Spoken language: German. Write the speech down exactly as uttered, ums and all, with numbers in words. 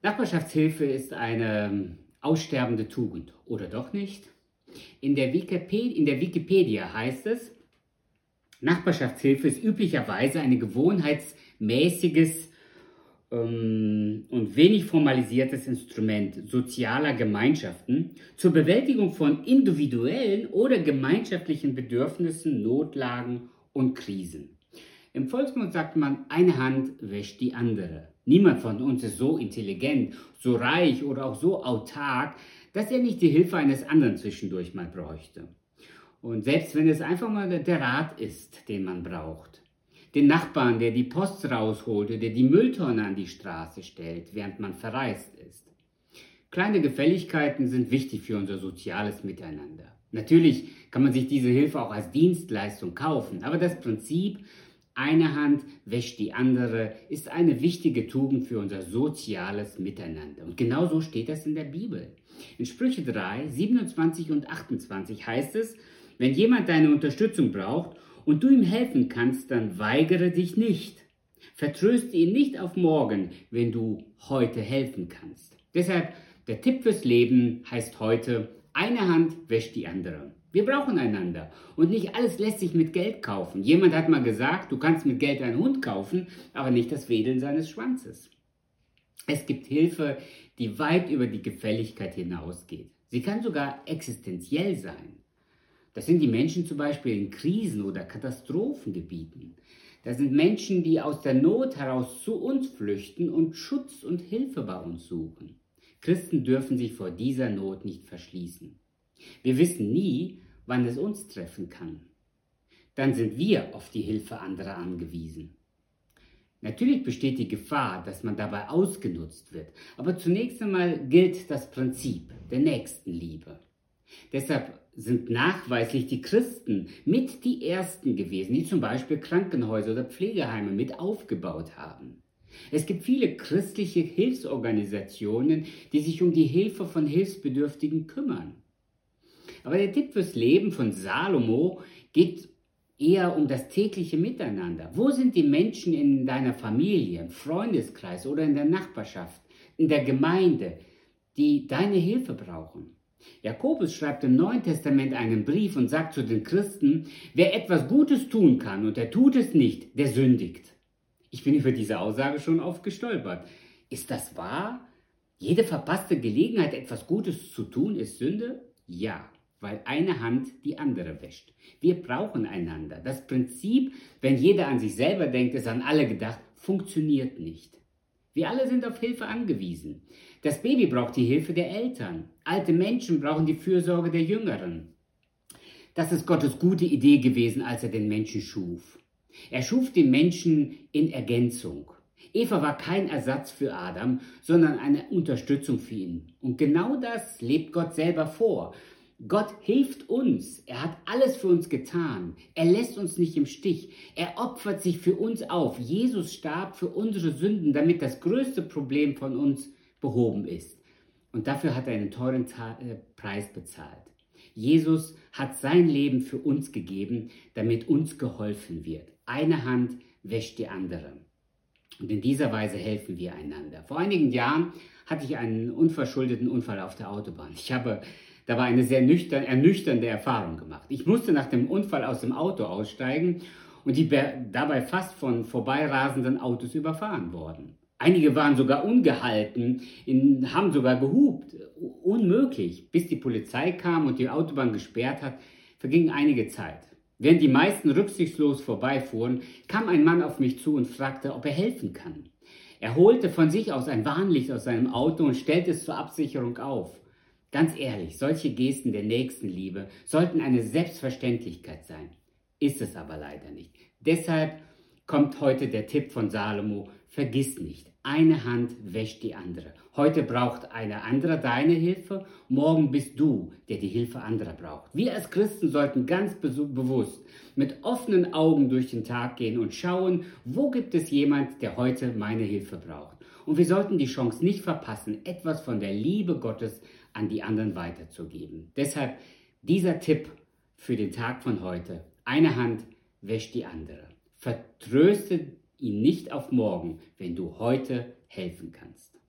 Nachbarschaftshilfe ist eine aussterbende Tugend, oder doch nicht? In der Wikiped in der Wikipedia heißt es, Nachbarschaftshilfe ist üblicherweise ein gewohnheitsmäßiges ähm, und wenig formalisiertes Instrument sozialer Gemeinschaften zur Bewältigung von individuellen oder gemeinschaftlichen Bedürfnissen, Notlagen und Krisen. Im Volksmund sagt man, eine Hand wäscht die andere. Niemand von uns ist so intelligent, so reich oder auch so autark, dass er nicht die Hilfe eines anderen zwischendurch mal bräuchte. Und selbst wenn es einfach mal der Rat ist, den man braucht. Den Nachbarn, der die Post rausholt oder der die Mülltonne an die Straße stellt, während man verreist ist. Kleine Gefälligkeiten sind wichtig für unser soziales Miteinander. Natürlich kann man sich diese Hilfe auch als Dienstleistung kaufen, aber das Prinzip, eine Hand wäscht die andere, ist eine wichtige Tugend für unser soziales Miteinander. Und genau so steht das in der Bibel. In Sprüche drei, siebenundzwanzig und achtundzwanzig heißt es, wenn jemand deine Unterstützung braucht und du ihm helfen kannst, dann weigere dich nicht. Vertröste ihn nicht auf morgen, wenn du heute helfen kannst. Deshalb, der Tipp fürs Leben heißt heute, eine Hand wäscht die andere. Wir brauchen einander und nicht alles lässt sich mit Geld kaufen. Jemand hat mal gesagt, du kannst mit Geld einen Hund kaufen, aber nicht das Wedeln seines Schwanzes. Es gibt Hilfe, die weit über die Gefälligkeit hinausgeht. Sie kann sogar existenziell sein. Das sind die Menschen zum Beispiel in Krisen- oder Katastrophengebieten. Das sind Menschen, die aus der Not heraus zu uns flüchten und Schutz und Hilfe bei uns suchen. Christen dürfen sich vor dieser Not nicht verschließen. Wir wissen nie, wann es uns treffen kann. Dann sind wir auf die Hilfe anderer angewiesen. Natürlich besteht die Gefahr, dass man dabei ausgenutzt wird, aber zunächst einmal gilt das Prinzip der Nächstenliebe. Deshalb sind nachweislich die Christen mit die Ersten gewesen, die zum Beispiel Krankenhäuser oder Pflegeheime mit aufgebaut haben. Es gibt viele christliche Hilfsorganisationen, die sich um die Hilfe von Hilfsbedürftigen kümmern. Aber der Tipp fürs Leben von Salomo geht eher um das tägliche Miteinander. Wo sind die Menschen in deiner Familie, im Freundeskreis oder in der Nachbarschaft, in der Gemeinde, die deine Hilfe brauchen? Jakobus schreibt im Neuen Testament einen Brief und sagt zu den Christen, wer etwas Gutes tun kann und er tut es nicht, der sündigt. Ich bin über diese Aussage schon oft gestolpert. Ist das wahr? Jede verpasste Gelegenheit, etwas Gutes zu tun, ist Sünde? Ja, weil eine Hand die andere wäscht. Wir brauchen einander. Das Prinzip, wenn jeder an sich selber denkt, ist an alle gedacht, funktioniert nicht. Wir alle sind auf Hilfe angewiesen. Das Baby braucht die Hilfe der Eltern. Alte Menschen brauchen die Fürsorge der Jüngeren. Das ist Gottes gute Idee gewesen, als er den Menschen schuf. Er schuf den Menschen in Ergänzung. Eva war kein Ersatz für Adam, sondern eine Unterstützung für ihn. Und genau das lebt Gott selber vor. Gott hilft uns. Er hat alles für uns getan. Er lässt uns nicht im Stich. Er opfert sich für uns auf. Jesus starb für unsere Sünden, damit das größte Problem von uns behoben ist. Und dafür hat er einen teuren Ta- äh, Preis bezahlt. Jesus hat sein Leben für uns gegeben, damit uns geholfen wird. Eine Hand wäscht die andere. Und in dieser Weise helfen wir einander. Vor einigen Jahren hatte ich einen unverschuldeten Unfall auf der Autobahn. Ich habe dabei eine sehr nüchtern, ernüchternde Erfahrung gemacht. Ich musste nach dem Unfall aus dem Auto aussteigen und die dabei fast von vorbeirasenden Autos überfahren worden. Einige waren sogar ungehalten, in, haben sogar gehupt. Unmöglich. Bis die Polizei kam und die Autobahn gesperrt hat, verging einige Zeit. Während die meisten rücksichtslos vorbeifuhren, kam ein Mann auf mich zu und fragte, ob er helfen kann. Er holte von sich aus ein Warnlicht aus seinem Auto und stellte es zur Absicherung auf. Ganz ehrlich, solche Gesten der Nächstenliebe sollten eine Selbstverständlichkeit sein. Ist es aber leider nicht. Deshalb kommt heute der Tipp von Salomo, vergiss nicht, eine Hand wäscht die andere. Heute braucht eine andere deine Hilfe, morgen bist du, der die Hilfe anderer braucht. Wir als Christen sollten ganz bewusst mit offenen Augen durch den Tag gehen und schauen, wo gibt es jemand, der heute meine Hilfe braucht. Und wir sollten die Chance nicht verpassen, etwas von der Liebe Gottes an die anderen weiterzugeben. Deshalb dieser Tipp für den Tag von heute. Eine Hand wäscht die andere. Vertröste ihn nicht auf morgen, wenn du heute helfen kannst.